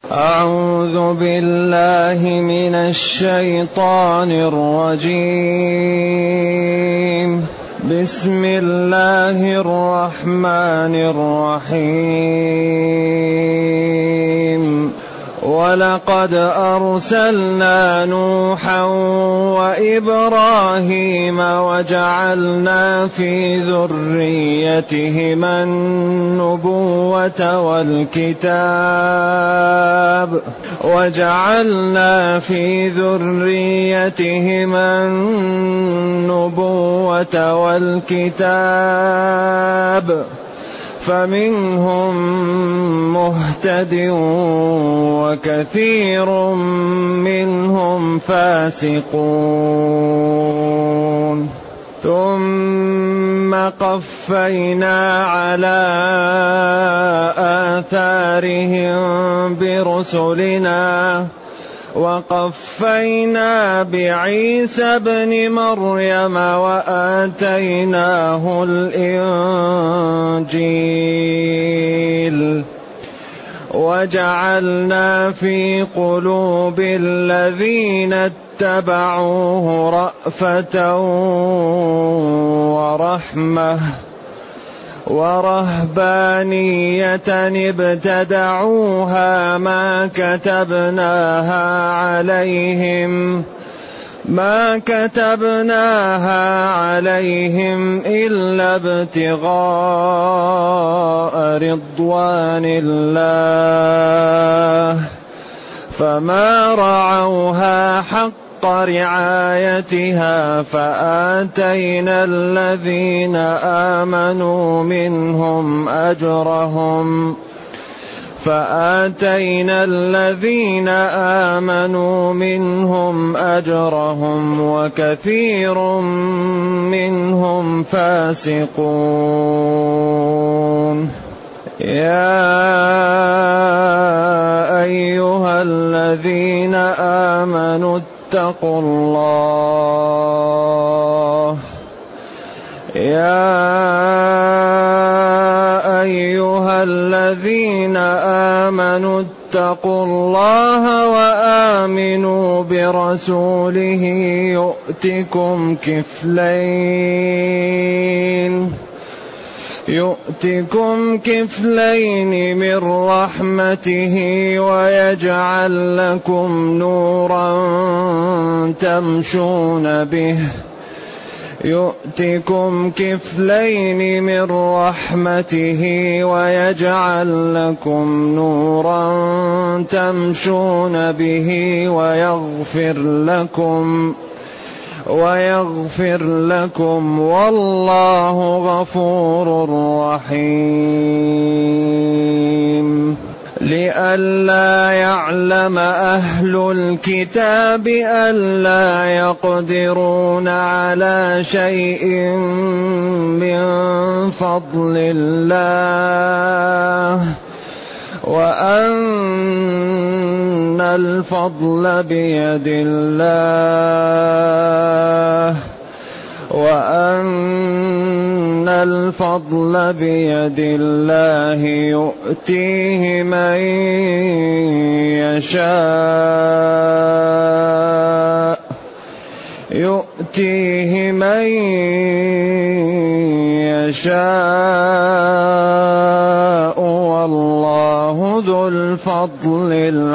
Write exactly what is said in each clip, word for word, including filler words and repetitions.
أعوذ بالله من الشيطان الرجيم. بسم الله الرحمن الرحيم. ولقد أرسلنا نوحا وإبراهيم وجعلنا في ذريتهما النبوة والكتاب وجعلنا في ذريتهما النبوة والكتاب فمنهم مهتد وكثير منهم فاسقون. ثم قفينا على آثارهم برسلنا وقفينا بعيسى ابن مريم وآتيناه الإنجيل وجعلنا في قلوب الذين اتبعوه رأفة ورحمة ورهبانية ابتدعوها ما كتبناها عليهم ما كتبناها عليهم إلا ابتغاء رضوان الله فما رعوها حق رعايتها فآتينا الذين آمنوا منهم أجرهم فآتينا الذين آمنوا منهم أجرهم وكثير منهم فاسقون. يا أيها الذين آمنوا اتقوا الله يا أيها الذين آمنوا اتقوا الله وآمنوا برسوله يؤتكم كفلين يؤتكم كفلين من رحمته ويجعل لكم نورا تمشون به يؤتكم كفلين من رحمته ويجعل لكم نورا تمشون به ويغفر لكم ويغفر لكم والله غفور رحيم. لئلا يعلم أهل الكتاب ألا يقدرون على شيء من فضل الله وأن الفضل بيد الله وأن الفضل بيد الله يؤتيه من يشاء يؤتيه من يشاء والله ذو الفضل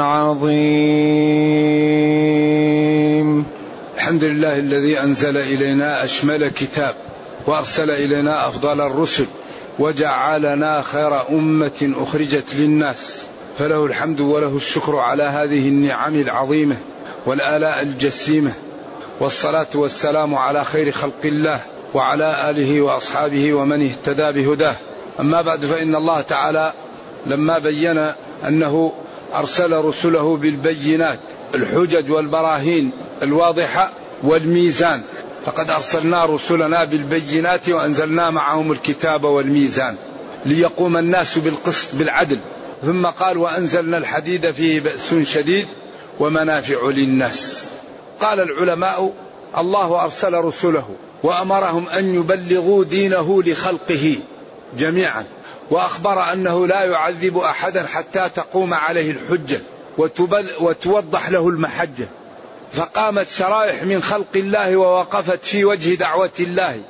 العظيم. الحمد لله الذي أنزل إلينا أشمل كتاب وأرسل إلينا أفضل الرسل وجعلنا خير أمة أخرجت للناس فله الحمد وله الشكر على هذه النعم العظيمة والآلاء الجسيمة والصلاة والسلام على خير خلق الله وعلى آله وأصحابه ومن اهتدى بهداه. أما بعد فإن الله تعالى لما بين أنه أرسل رسله بالبينات الحجج والبراهين الواضحة والميزان فقد أرسلنا رسلنا بالبينات وأنزلنا معهم الكتاب والميزان ليقوم الناس بالقسط بالعدل. ثم قال وأنزلنا الحديد فيه بأس شديد ومنافع للناس. قال العلماء الله أرسل رسله وأمرهم أن يبلغوا دينه لخلقه جميعا وأخبر أنه لا يعذب أحدا حتى تقوم عليه الحجة وتوضح له المحجة. فقامت شرائح من خلق الله ووقفت في وجه دعوة الله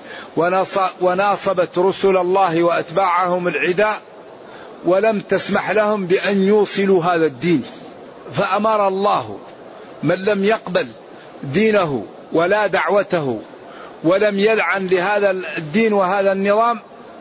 وناصبت رسل الله وأتباعهم العداء، ولم تسمح لهم بأن يوصلوا هذا الدين. فأمر الله من لم يقبل دينه ولا دعوته ولم يلعن لهذا الدين وهذا النظام،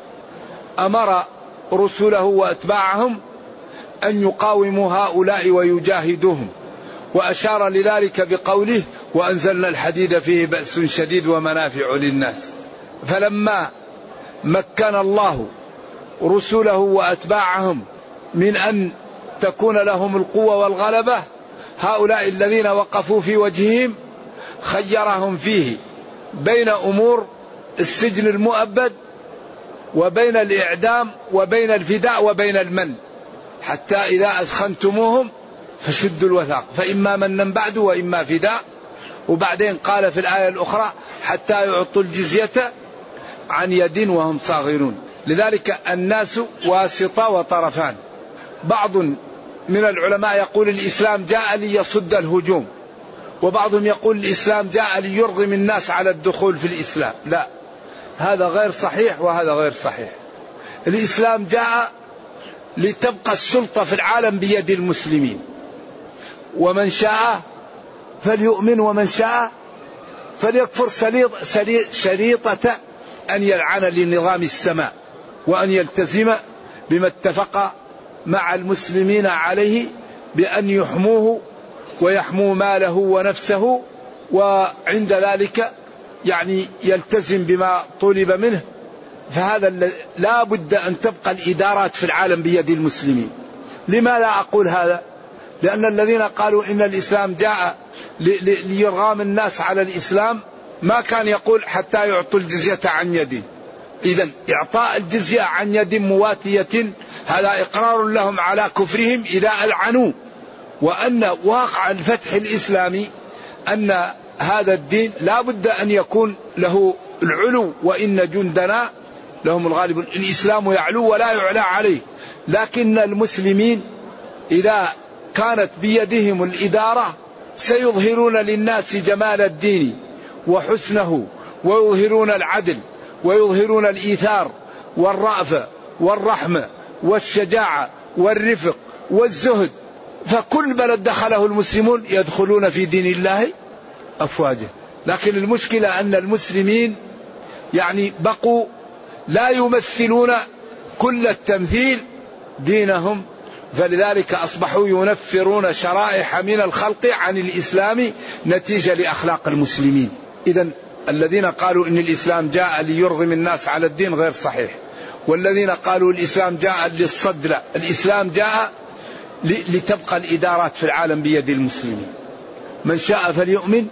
أمر رسله وأتباعهم أن يقاوموا هؤلاء ويجاهدوهم، وأشار لذلك بقوله: وأنزلنا الحديد فيه بأس شديد ومنافع للناس. فلما مكن الله رسله وأتباعهم من أن تكون لهم القوة والغلبة، هؤلاء الذين وقفوا في وجههم خيرهم فيه بين أمور السجن المؤبد وبين الإعدام وبين الفداء وبين المن، حتى إذا أثخنتموهم فشدوا الوثاق فإما منا بعد وإما فداء. وبعدين قال في الآية الأخرى: حتى يعطوا الجزية عن يد وهم صاغرون. لذلك الناس واسطة وطرفان. بعض من العلماء يقول الإسلام جاء ليصد الهجوم، وبعضهم يقول الإسلام جاء ليرغم الناس على الدخول في الإسلام. لا، هذا غير صحيح وهذا غير صحيح. الإسلام جاء لتبقى السلطة في العالم بيد المسلمين، ومن شاء فليؤمن ومن شاء فليكفر. شريطة أن يلعن لنظام السماء وأن يلتزم بما اتفق مع المسلمين عليه بأن يحموه ويحموا ماله ونفسه، وعند ذلك يعني يلتزم بما طلب منه. فهذا لا بد أن تبقى الإدارات في العالم بيد المسلمين. لما لا أقول هذا؟ لأن الذين قالوا إن الإسلام جاء ليرغم الناس على الإسلام ما كان يقول حتى يعطوا الجزية عن يد. إذن إعطاء الجزية عن يد مواتية هذا إقرار لهم على كفرهم إذا ألعنوا، وأن واقع الفتح الإسلامي أن هذا الدين لا بد أن يكون له العلو، وإن جندنا لهم الغالبون. الإسلام يعلو ولا يعلى عليه، لكن المسلمين إذا كانت بيدهم الإدارة سيظهرون للناس جمال الدين وحسنه، ويظهرون العدل ويظهرون الإيثار والرأفة والرحمة والشجاعة والرفق والزهد. فكل بلد دخله المسلمون يدخلون في دين الله أفواجا. لكن المشكلة أن المسلمين يعني بقوا لا يمثلون كل التمثيل دينهم، فلذلك أصبحوا ينفرون شرائح من الخلق عن الإسلام نتيجة لأخلاق المسلمين. إذن الذين قالوا إن الإسلام جاء ليرغم الناس على الدين غير صحيح، والذين قالوا الإسلام جاء للصد، لا، الإسلام جاء لتبقى الإدارات في العالم بيد المسلمين. من شاء فليؤمن،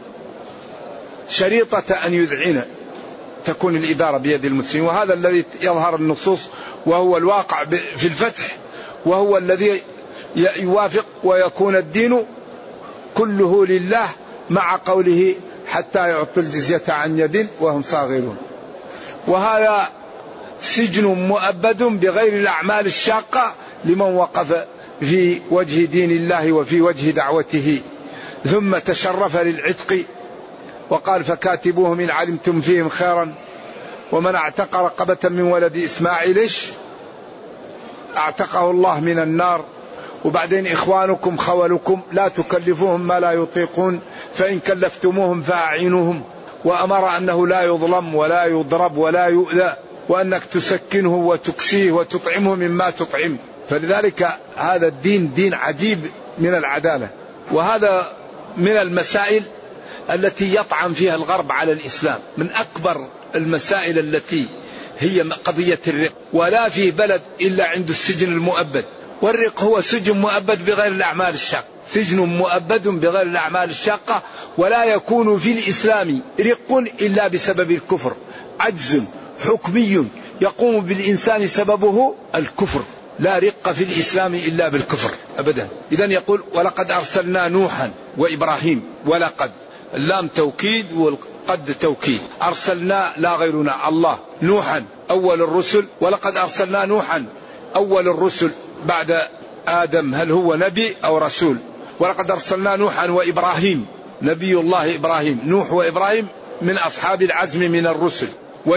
شريطة أن يذعن تكون الإدارة بيد المسلمين. وهذا الذي يظهر النصوص وهو الواقع في الفتح، وهو الذي يوافق ويكون الدين كله لله، مع قوله حتى يعطوا الجزية عن يد وهم صاغرون. وهذا سجن مؤبد بغير الأعمال الشاقة لمن وقف في وجه دين الله وفي وجه دعوته. ثم تشرف للعتق وقال: فكاتبوهم إن علمتم فيهم خيرا. ومن اعتق رقبة من ولد إسماعيل اعتقه الله من النار. وبعدين: إخوانكم خولكم لا تكلفوهم ما لا يطيقون، فإن كلفتموهم فأعينوهم. وأمر أنه لا يظلم ولا يضرب ولا يؤذى، وأنك تسكنه وتكسيه وتطعمه مما تطعم. فلذلك هذا الدين دين عجيب من العدالة. وهذا من المسائل التي يطعن فيها الغرب على الإسلام، من أكبر المسائل التي هي قضية الرق. ولا في بلد إلا عنده السجن المؤبد، والرق هو سجن مؤبد بغير الأعمال الشاقة، سجن مؤبد بغير الأعمال الشاقة. ولا يكون في الإسلام رق إلا بسبب الكفر، عجز حكمي يقوم بالإنسان سببه الكفر. لا رق في الإسلام إلا بالكفر أبدا. إذن يقول: ولقد أرسلنا نوحا وإبراهيم. ولقد اللام توكيد والقد توكيد. أرسلنا لا غيرنا الله، نوحا أول الرسل، ولقد أرسلنا نوحا أول الرسل بعد آدم هل هو نبي أو رسول؟ ولقد أرسلنا نوحا وإبراهيم، نبي الله إبراهيم، نوح وإبراهيم من أصحاب العزم من الرسل،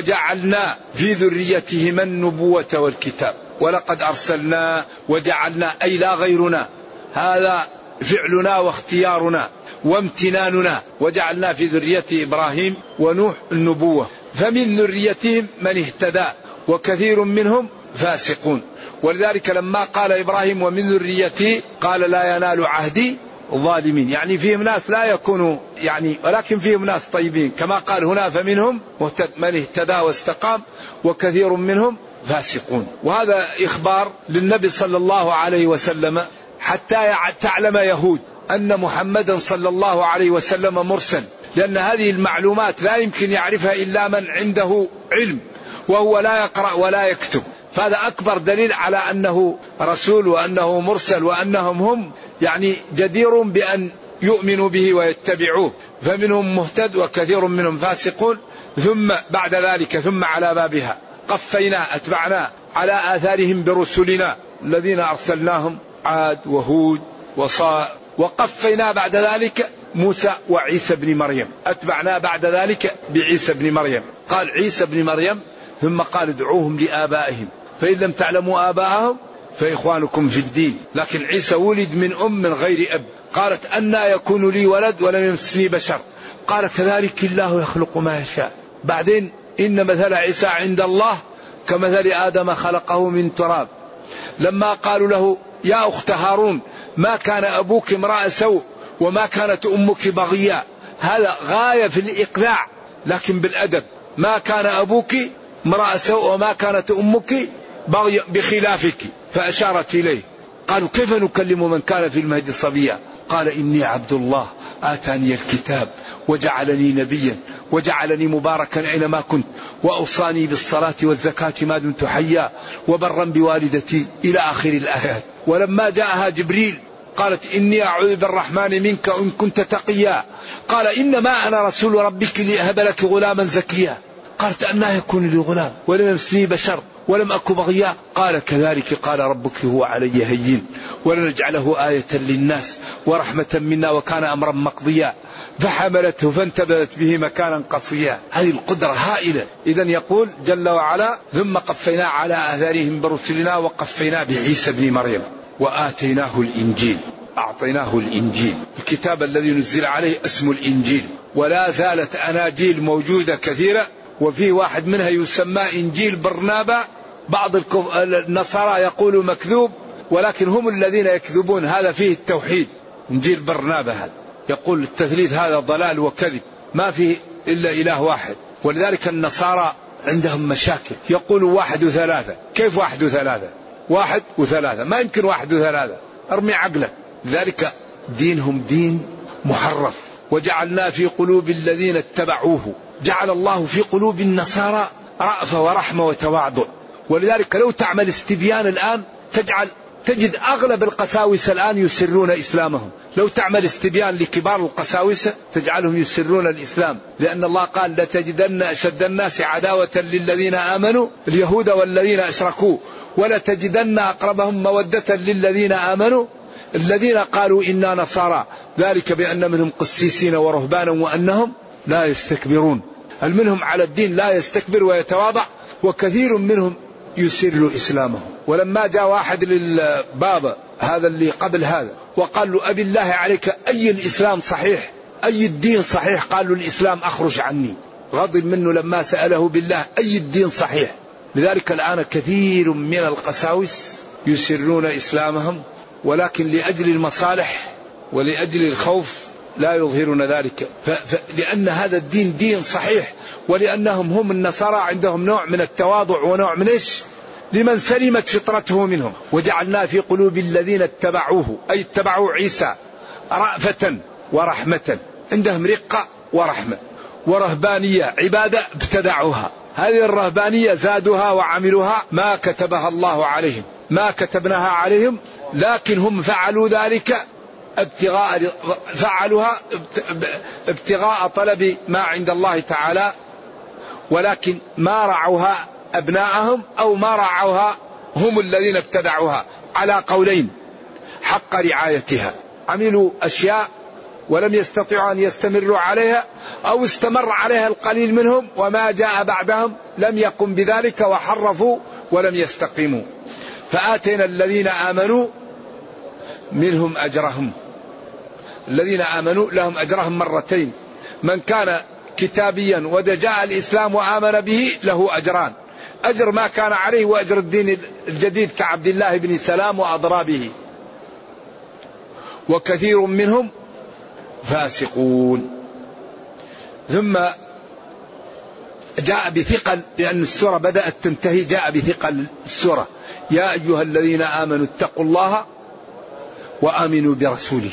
وجعلنا في ذريتهما النبوة والكتاب. ولقد أرسلنا وجعلنا أي لا غيرنا، هذا فعلنا واختيارنا وامتناننا، وجعلنا في ذرية إبراهيم ونوح النبوة، فمن ذريتهم من اهتدى وكثير منهم فاسقون. ولذلك لما قال إبراهيم ومن ذريتي قال لا ينال عهدي الظالمين، يعني فيهم ناس لا يكونوا يعني، ولكن فيهم ناس طيبين، كما قال هنا فمنهم من اهتدى واستقام وكثير منهم فاسقون. وهذا إخبار للنبي صلى الله عليه وسلم حتى تعلم يهود أن محمدا صلى الله عليه وسلم مرسل، لأن هذه المعلومات لا يمكن يعرفها إلا من عنده علم، وهو لا يقرأ ولا يكتب. فهذا أكبر دليل على أنه رسول وأنه مرسل، وأنهم هم يعني جدير بأن يؤمنوا به ويتبعوه. فمنهم مهتد وكثير منهم فاسقون. ثم بعد ذلك ثم على بابها قفينا أتبعنا على آثارهم برسلنا الذين أرسلناهم عاد وهود وصاء، وقفينا بعد ذلك موسى وعيسى بن مريم، أتبعنا بعد ذلك بعيسى بن مريم. قال عيسى بن مريم ثم قال ادعوهم لآبائهم فإن لم تعلموا آباءهم فإخوانكم في الدين. لكن عيسى ولد من أم من غير أب. قالت أنى يكون لي ولد ولم يمسني بشر، قال كذلك الله يخلق ما يشاء. بعدين إن مثل عيسى عند الله كمثل آدم خلقه من تراب. لما قالوا له يا أخت هارون ما كان أبوك امرأ سوء وما كانت أمك بغيا، هذا غاية في الإقناع لكن بالأدب. ما كان أبوك امرأ سوء وما كانت أمك بغي بخلافك، فأشارت إليه. قالوا كيف نكلم من كان في المهد صبيا؟ قال إني عبد الله آتاني الكتاب وجعلني نبيا وجعلني مباركا أينما كنت وأوصاني بالصلاة والزكاة ما دمت حيا وبرا بوالدتي إلى آخر الآيات. ولما جاءها جبريل قالت إني أعوذ بالرحمن منك إن كنت تقيا، قال إنما أنا رسول ربك لأهب لك غلاما زكيا. قالت أنى يكون لي غلام ولم يمسني بشر ولم أك بغيا، قال كذلك قال ربك هو علي هين ولنجعله آية للناس ورحمة منا وكان أمرا مقضيا، فحملته فانتبذت به مكانا قصيا. هذه القدرة هائلة. إذن يقول جل وعلا ثم قفينا على آثارهم برسلنا وقفينا بعيسى بن مريم وآتيناه الإنجيل. أعطيناه الإنجيل الكتاب الذي نزل عليه اسمه الإنجيل، ولا زالت أناجيل موجودة كثيرة، وفي واحد منها يسمى إنجيل برنابا. بعض النصارى يقولوا مكذوب، ولكن هم الذين يكذبون، هذا فيه التوحيد. إنجيل برنابا هذا يقول التثليث هذا ضلال وكذب، ما فيه إلا إله واحد. ولذلك النصارى عندهم مشاكل، يقولوا واحد وثلاثة. كيف واحد وثلاثة؟ واحد وثلاثة ما يمكن واحد وثلاثة، ارمي عقلك. لذلك دينهم دين محرف. وجعلنا في قلوب الذين اتبعوه، جعل الله في قلوب النصارى رأفة ورحمة وتواضع. ولذلك لو تعمل استبيان الآن تجعل تجد أغلب القساوسة الآن يسرون إسلامهم. لو تعمل استبيان لكبار القساوسة تجعلهم يسرون الإسلام، لأن الله قال لتجدن أشد الناس عداوة للذين آمنوا اليهود والذين أشركوا ولتجدن أقربهم مودة للذين آمنوا الذين قالوا إنا نصارى، ذلك بأن منهم قسيسين ورهبانا وأنهم لا يستكبرون. المنهم على الدين لا يستكبر ويتواضع، وكثير منهم يسر إسلامه. ولما جاء واحد للبابا هذا اللي قبل هذا وقال له أبي الله عليك أي الإسلام صحيح، أي الدين صحيح؟ قال له الإسلام أخرج عني. غضب منه لما سأله بالله أي الدين صحيح. لذلك الآن كثير من القساوس يسرون إسلامهم، ولكن لأجل المصالح ولأجل الخوف لا يظهرون ذلك. ف... ف... لأن هذا الدين دين صحيح، ولأنهم هم النصارى عندهم نوع من التواضع ونوع من إيش لمن سلمت فطرته منهم. وجعلنا في قلوب الذين اتبعوه أي اتبعوا عيسى رأفة ورحمة، عندهم رقة ورحمة ورهبانية عبادة ابتدعوها. هذه الرهبانية زادوها وعملوها ما كتبها الله عليهم، ما كتبناها عليهم، لكن هم فعلوا ذلك ابتغاء فعلوها ابتغاء طلب ما عند الله تعالى، ولكن ما رعوها أبناءهم أو ما رعوها هم الذين ابتدعوها، على قولين. حق رعايتها، عملوا أشياء ولم يستطيعوا أن يستمروا عليها، أو استمر عليها القليل منهم وما جاء بعدهم لم يقم بذلك وحرفوا ولم يستقيموا. فآتينا الذين آمنوا منهم أجرهم، الذين آمنوا لهم أجرهم مرتين، من كان كتابيا وجاء الإسلام وآمن به له أجران، أجر ما كان عليه وأجر الدين الجديد كعبد الله بن سلام وأضرابه، وكثير منهم فاسقون. ثم جاء بثقل، لأن السورة بدأت تنتهي، جاء بثقل السورة: يا أيها الذين آمنوا اتقوا الله وآمنوا برسوله.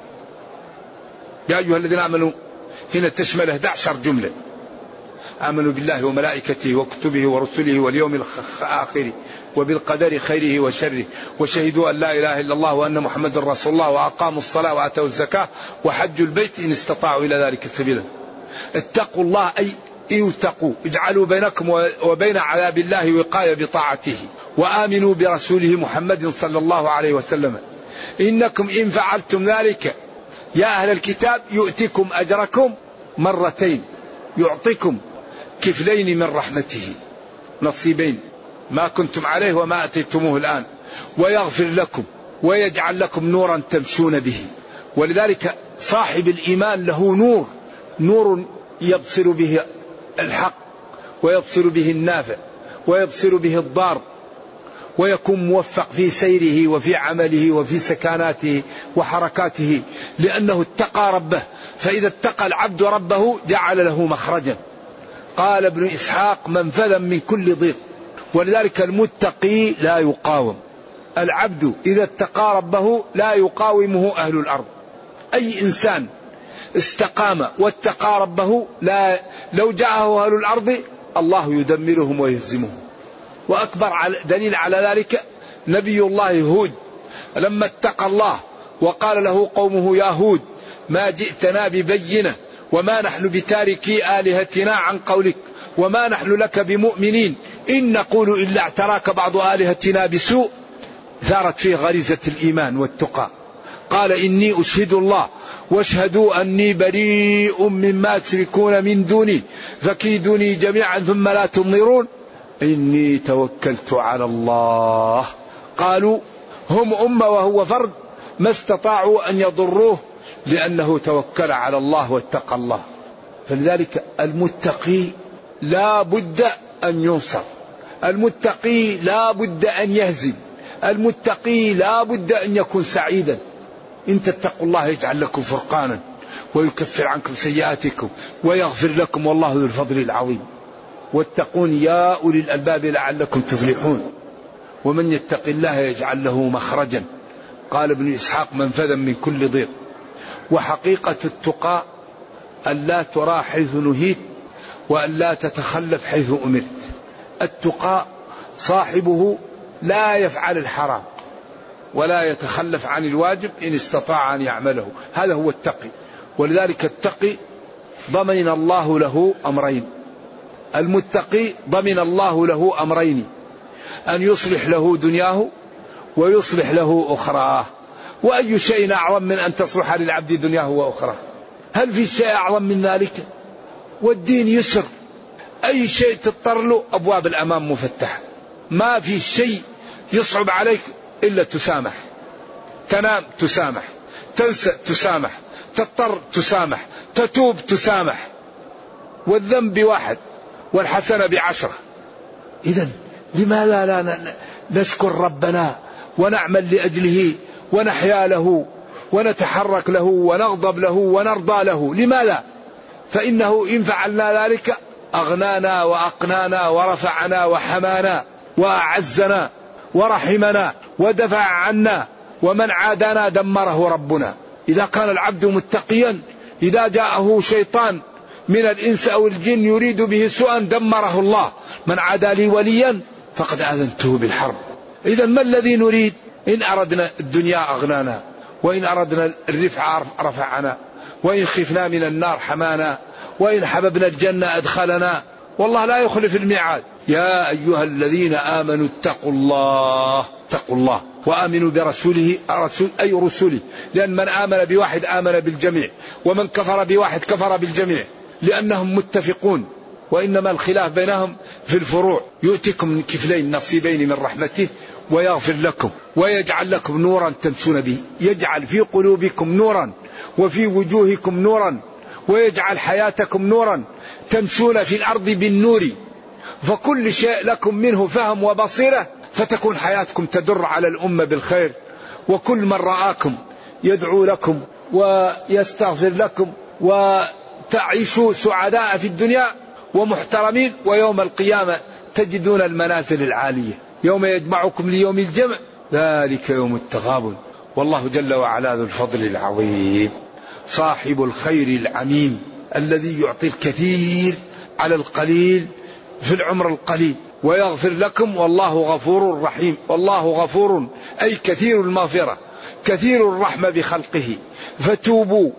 يا أيها الذين آمنوا هنا تشمل إحدى عشرة جملة: آمنوا بالله وملائكته وكتبه ورسله واليوم الآخر وبالقدر خيره وشره، وشهدوا أن لا إله إلا الله وأن محمد رسول الله، وأقاموا الصلاة وآتوا الزكاة وحجوا البيت إن استطاعوا إلى ذلك سبيلا. اتقوا الله أي اتقوا، اجعلوا بينكم وبين عذاب الله وقاية بطاعته، وآمنوا برسوله محمد صلى الله عليه وسلم، إنكم إن فعلتم ذلك يا أهل الكتاب يؤتكم أجركم مرتين، يعطيكم كفلين من رحمته، نصيبين ما كنتم عليه وما أتيتموه الآن، ويغفر لكم ويجعل لكم نورا تمشون به. ولذلك صاحب الإيمان له نور، نور يبصر به الحق ويبصر به النافع ويبصر به الضار، ويكون موفق في سيره وفي عمله وفي سكناته وحركاته، لأنه اتقى ربه. فإذا اتقى العبد ربه جعل له مخرجا. قال ابن إسحاق: منفذا من كل ضيق. ولذلك المتقي لا يقاوم، العبد إذا اتقى ربه لا يقاومه أهل الأرض. أي إنسان استقام واتقى ربه لا لو جاءه أهل الأرض الله يدمرهم ويهزمهم. وأكبر دليل على ذلك نبي الله هود، لما اتقى الله وقال له قومه: يا هود ما جئتنا ببينة وما نحن بتاركي آلهتنا عن قولك وما نحن لك بمؤمنين إن نقول إلا اعتراك بعض آلهتنا بسوء، ثارت فيه غريزة الإيمان والتقى. قال: إني أشهد الله واشهدوا أني بريء مما تشركون من دوني فكيدوني جميعا ثم لا تنظرون إني توكلت على الله. قالوا هم أمة وهو فرد، ما استطاعوا أن يضروه لأنه توكل على الله واتقى الله. فلذلك المتقي لا بد أن ينصر، المتقي لا بد أن يهزم، المتقي لا بد أن يكون سعيدا. إن تتقوا الله يجعل لكم فرقانا ويكفر عنكم سيئاتكم ويغفر لكم والله ذو الفضل العظيم. واتقون يا أولي الألباب لعلكم تفلحون. ومن يتق الله يجعل له مخرجا. قال ابن إسحاق: منفذا من كل ضيق. وحقيقة التقى أن لا ترى حيث نهيت وأن لا تتخلف حيث أمرت. التقى صاحبه لا يفعل الحرام ولا يتخلف عن الواجب إن استطاع أن يعمله، هذا هو التقي. ولذلك التقي ضمن الله له أمرين، المتقي ضمن الله له أمرين: أن يصلح له دنياه ويصلح له أخراه. وأي شيء أعظم من أن تصلح للعبد دنياه وأخراه؟ هل في شيء أعظم من ذلك؟ والدين يسر، أي شيء تضطر له أبواب الأمام مفتحة، ما في شيء يصعب عليك إلا تسامح، تنام تسامح، تنسى تسامح، تضطر تسامح، تتوب تسامح، والذنب واحد والحسنة بعشرة. إذن لماذا لا نشكر ربنا ونعمل لأجله ونحيا له ونتحرك له ونغضب له ونرضى له؟ لماذا؟ فإنه إن فعلنا ذلك أغنانا وأقنانا ورفعنا وحمانا وأعزنا ورحمنا ودفع عنا، ومن عادانا دمره ربنا. إذا كان العبد متقيا إذا جاءه شيطان من الإنس أو الجن يريد به سوءا دمره الله. من عادى لي وليا فقد آذنته بالحرب. إذا ما الذي نريد؟ إن أردنا الدنيا أغنانا، وإن أردنا الرفع رفعنا، وإن خفنا من النار حمانا، وإن حببنا الجنة أدخلنا، والله لا يخلف الميعاد. يا أيها الذين آمنوا اتقوا الله، اتقوا الله وآمنوا برسوله رسول أي رسوله، لأن من آمن بواحد آمن بالجميع، ومن كفر بواحد كفر بالجميع، لأنهم متفقون، وإنما الخلاف بينهم في الفروع. يؤتكم من كفلين نصيبين من رحمته ويغفر لكم ويجعل لكم نورا تمشون به، يجعل في قلوبكم نورا وفي وجوهكم نورا ويجعل حياتكم نورا تمشون في الأرض بالنور، فكل شيء لكم منه فهم وبصيرة، فتكون حياتكم تدر على الأمة بالخير، وكل من رآكم يدعو لكم ويستغفر لكم وتعيشوا سعداء في الدنيا ومحترمين، ويوم القيامة تجدون المنازل العالية. يوم يجمعكم ليوم الجمع ذلك يوم التغابن، والله جل وعلا ذو الفضل العظيم، صاحب الخير العميم الذي يعطي الكثير على القليل في العمر القليل، ويغفر لكم والله غفور رحيم. والله غفور أي كثير المغفرة كثير الرحمة بخلقه، فتوبوا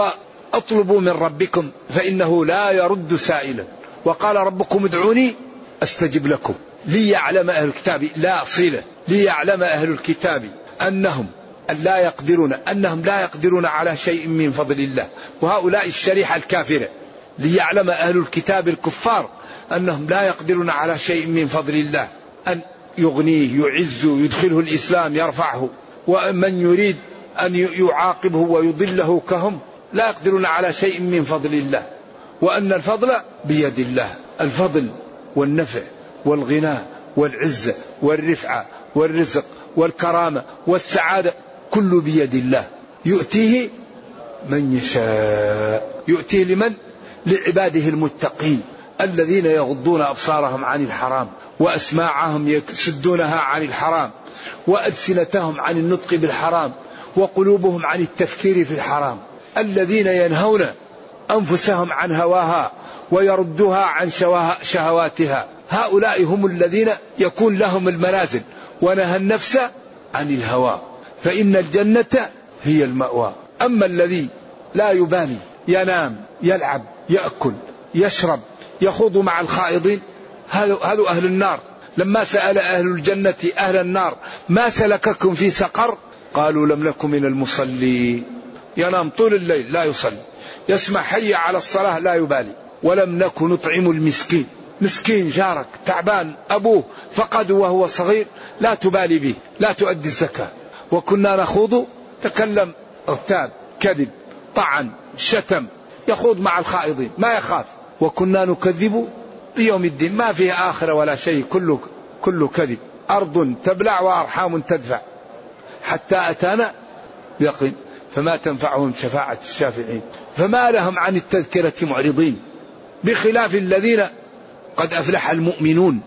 واطلبوا من ربكم فإنه لا يرد سائلا، وقال ربكم ادعوني أستجب لكم. ليعلم أهل الكتاب لا صلة ليعلم أهل الكتاب أنهم لا يقدرون أنهم لا يقدرون على شيء من فضل الله، وهؤلاء الشريحة الكافرة. ليعلم أهل الكتاب الكفار أنهم لا يقدرون على شيء من فضل الله، أن يغنيه يعزه يدخله الإسلام يرفعه، ومن يريد أن يعاقبه ويضله كهم لا يقدرون على شيء من فضل الله، وأن الفضل بيد الله. الفضل والنفع والغنى والعزة والرفعة والرزق والكرامة والسعادة كل بيد الله، يؤتيه من يشاء. يؤتيه لمن؟ لعباده المتقين الذين يغضون أبصارهم عن الحرام وأسماعهم يسدونها عن الحرام وألسنتهم عن النطق بالحرام وقلوبهم عن التفكير في الحرام، الذين ينهون أنفسهم عن هواها ويردوها عن شهواتها. هؤلاء هم الذين يكون لهم المنازل، ونهى النفس عن الهوى فإن الجنة هي المأوى. أما الذي لا يبالي ينام يلعب يأكل يشرب يخوض مع الخائضين، هذا أهل النار. لما سأل أهل الجنة أهل النار ما سلككم في سقر قالوا لم نكن من المصلين. ينام طول الليل لا يصلي، يسمع حي على الصلاة لا يبالي. ولم نكن نطعم المسكين، مسكين جارك تعبان أبوه فقد وهو صغير لا تبالي به، لا تؤدي الزكاة. وكنا نخوض، تكلم ارتاب كذب طعن شتم، يخوض مع الخائضين ما يخاف. وكنا نكذب بيوم الدين، ما فيه آخرة ولا شيء، كله كله كذب. أرض تبلع وأرحام تدفع حتى أتانا يقين، فما تنفعهم شفاعة الشافعين. فما لهم عن التذكرة معرضين، بخلاف الذين قد أفلح المؤمنون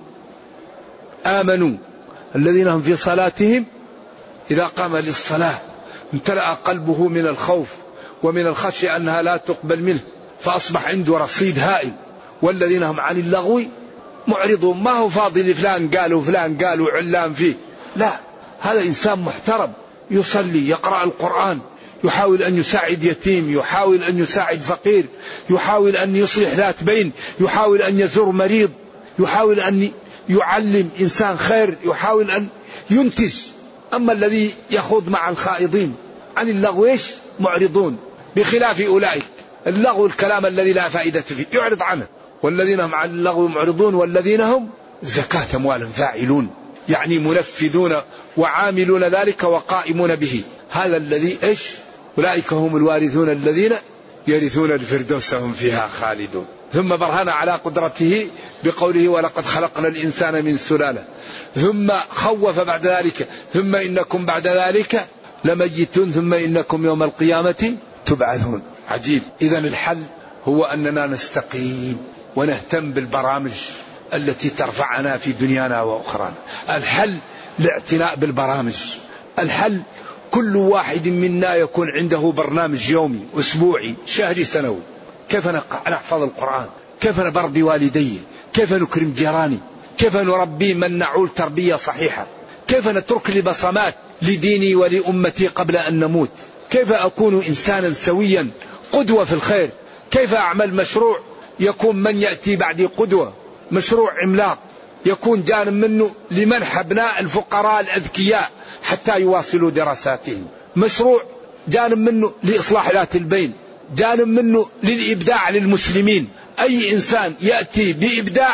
آمنوا الذين هم في صلاتهم إذا قام للصلاة امتلأ قلبه من الخوف ومن الخشية أنها لا تقبل منه فأصبح عنده رصيد هائل. والذين هم عن اللغو معرضون، ما هو فاضي لفلان قالوا فلان قالوا علان فيه، لا، هذا إنسان محترم يصلي يقرأ القرآن، يحاول أن يساعد يتيم، يحاول أن يساعد فقير، يحاول أن يصلح ذات بين، يحاول أن يزور مريض، يحاول أن يعلم إنسان خير، يحاول أن ينتج. أما الذي يخوض مع الخائضين عن اللغو إيش؟ معرضون، بخلاف أولئك اللغو الكلام الذي لا فائدة فيه يعرض عنه. والذين هم عن اللغو معرضون والذين هم زكاة أموالهم فاعلون، يعني منفذون وعاملون ذلك وقائمون به. هذا الذي إيش؟ أولئك هم الوارثون الذين يرثون الفردوس هم فيها خالدون. ثم برهن على قدرته بقوله ولقد خلقنا الإنسان من سلالة، ثم خوف بعد ذلك ثم إنكم بعد ذلك لميتون ثم إنكم يوم القيامة تبعثون. عجيب. إذا الحل هو أننا نستقيم ونهتم بالبرامج التي ترفعنا في دنيانا وأخرانا. الحل الاعتناء بالبرامج. الحل كل واحد منا يكون عنده برنامج يومي أسبوعي شهري سنوي، كيف نحفظ القرآن، كيف نبر بوالدي، كيف نكرم جيراني، كيف نربي من نعول تربية صحيحة، كيف نترك لبصمات لديني ولأمتي قبل أن نموت، كيف أكون إنسانا سويا قدوة في الخير، كيف أعمل مشروع يكون من يأتي بعدي قدوة، مشروع عملاق يكون جانب منه لمنح أبناء الفقراء الأذكياء حتى يواصلوا دراساتهم، مشروع جانب منه لإصلاح ذات البين، جانب منه للإبداع للمسلمين. أي إنسان يأتي بإبداع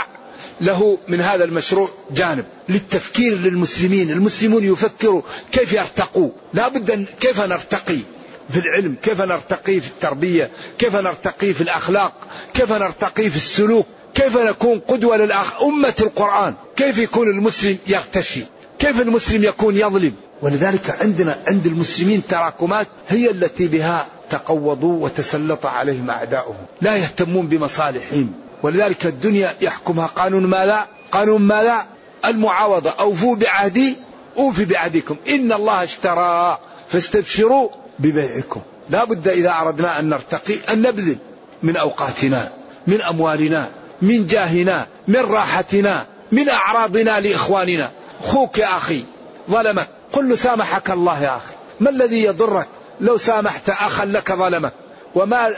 له من هذا المشروع جانب للتفكير للمسلمين. المسلمون يفكروا كيف يرتقوا، لا بد أن كيف نرتقي في العلم، كيف نرتقي في التربية، كيف نرتقي في الأخلاق، كيف نرتقي في السلوك، كيف نكون قدوة للأخ أمة القرآن، كيف يكون المسلم يغتشي، كيف المسلم يكون يظلم. ولذلك عندنا عند المسلمين تراكمات هي التي بها تقوضوا وتسلط عليهم أعداؤهم، لا يهتمون بمصالحهم. ولذلك الدنيا يحكمها قانون ماذا؟ قانون ماذا؟ المعاوضة. أوفوا بعهدي أوفي بعهدكم إن الله اشترى فاستبشروا ببيعكم. لا بد إذا أردنا أن نرتقي أن نبذل من أوقاتنا، من أموالنا، من جاهنا، من راحتنا، من أعراضنا لإخواننا. أخوك يا أخي ظلمك قل له سامحك الله يا أخي، ما الذي يضرك لو سامحت أخا لك ظلمك؟ وما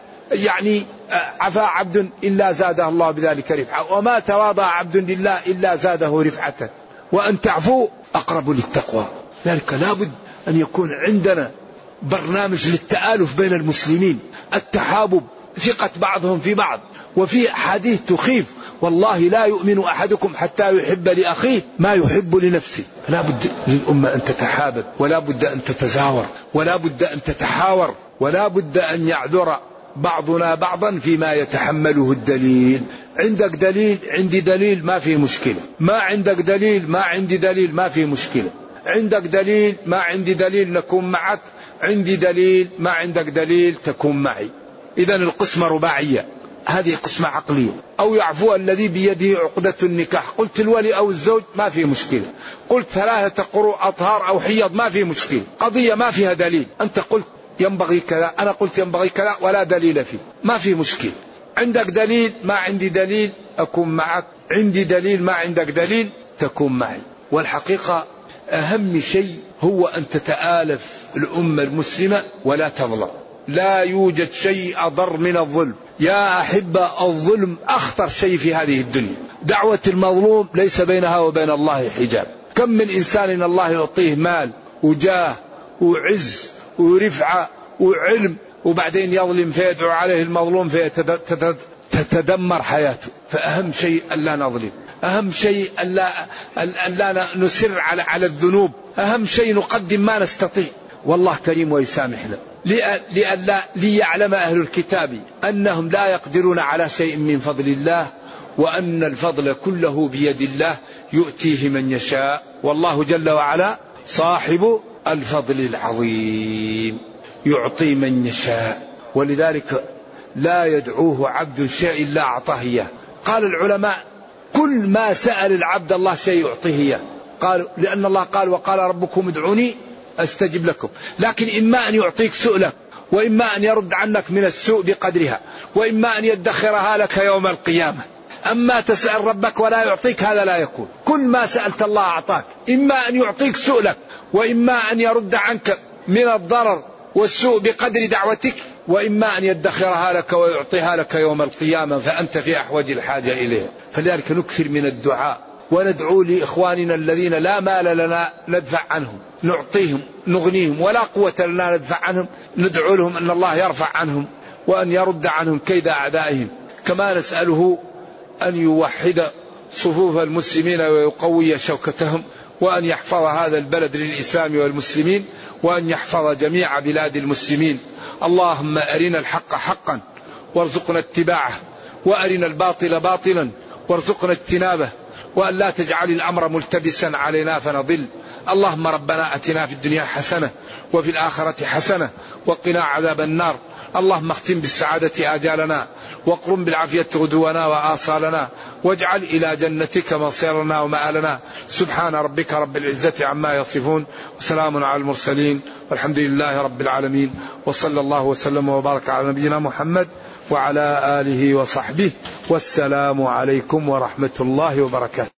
يعني عفا عبد إلا زاده الله بذلك رفعة، وما تواضع عبد لله إلا زاده رفعة، وأن تعفو أقرب للتقوى. ذلك لابد أن يكون عندنا برنامج للتآلف بين المسلمين، التحابب، ثقة بعضهم في بعض. وفي أحاديث تخيف والله لا يؤمن أحدكم حتى يحب لأخيه ما يحب لنفسه. لا بد للأمة أن تتحابب، ولا بد أن تتزاور، ولا بد أن تتحاور، ولا بد أن يعذر بعضنا بعضا فيما يتحمله الدليل. عندك دليل عندي دليل ما في مشكلة، ما عندك دليل ما عندي دليل ما في مشكلة، عندك دليل ما عندي دليل نكون معك، عندي دليل ما عندك دليل تكون معي. إذن القسمة رباعية، هذه قسمة عقلية. أو يعفو الذي بيده عقدة النكاح، قلت الولي أو الزوج ما في مشكلة، قلت ثلاثة قروء أطهار أو حيض ما في مشكلة، قضية ما فيها دليل، أنت قلت ينبغي كذا أنا قلت ينبغي كذا ولا دليل فيه، ما في مشكلة. عندك دليل ما عندي دليل أكون معك، عندي دليل ما عندك دليل تكون معي. والحقيقة أهم شيء هو أن تتآلف الأمة المسلمة ولا تظلم. لا يوجد شيء أضر من الظلم يا أحبة، الظلم أخطر شيء في هذه الدنيا. دعوة المظلوم ليس بينها وبين الله حجاب. كم من إنسان الله يعطيه مال وجاه وعز ورفعة وعلم وبعدين يظلم فيدعو عليه المظلوم فتتدمر حياته. فأهم شيء ألا نظلم، أهم شيء ألا, ألا نسر على, على الذنوب، أهم شيء نقدم ما نستطيع. والله كريم ويسامحنا. لئلا ليعلم أهل الكتاب أنهم لا يقدرون على شيء من فضل الله، وأن الفضل كله بيد الله يؤتيه من يشاء، والله جل وعلا صاحب الفضل العظيم يعطي من يشاء. ولذلك لا يدعوه عبد شيء إلا أعطاه إياه. قال العلماء كل ما سأل العبد الله شيء يعطيه إياه، قال لأن الله قال وقال ربكم ادعوني أستجب لكم. لكن إما أن يعطيك سؤلك، وإما أن يرد عنك من السوء بقدرها، وإما أن يدخرها لك يوم القيامة. أما تسأل ربك ولا يعطيك هذا لا يكون. كل ما سألت الله أعطاك، إما أن يعطيك سؤلك، وإما أن يرد عنك من الضرر والسوء بقدر دعوتك، وإما أن يدخرها لك ويعطيها لك يوم القيامة فأنت في أحوج الحاجة إليها. فلذلك نكثر من الدعاء وندعو لإخواننا الذين لا مال لنا ندفع عنهم، نعطيهم نغنيهم، ولا قوة لنا ندفع عنهم، ندعو لهم أن الله يرفع عنهم وأن يرد عنهم كيد أعدائهم. كما نسأله أن يوحد صفوف المسلمين ويقوي شوكتهم، وأن يحفظ هذا البلد للإسلام والمسلمين، وأن يحفظ جميع بلاد المسلمين. اللهم أرنا الحق حقا وارزقنا اتباعه، وأرنا الباطل باطلا وارزقنا اجتنابه، وأن لا تجعل الأمر ملتبسا علينا فنضل. اللهم ربنا أتنا في الدنيا حسنة وفي الآخرة حسنة وقنا عذاب النار. اللهم اختم بالسعادة آجالنا، واقرم بالعافية غدونا وآصالنا، واجعل إلى جنتك مصيرنا ومآلنا. سبحان ربك رب العزة عما يصفون، وسلام على المرسلين، والحمد لله رب العالمين، وصلى الله وسلم وبارك على نبينا محمد وعلى آله وصحبه، والسلام عليكم ورحمة الله وبركاته.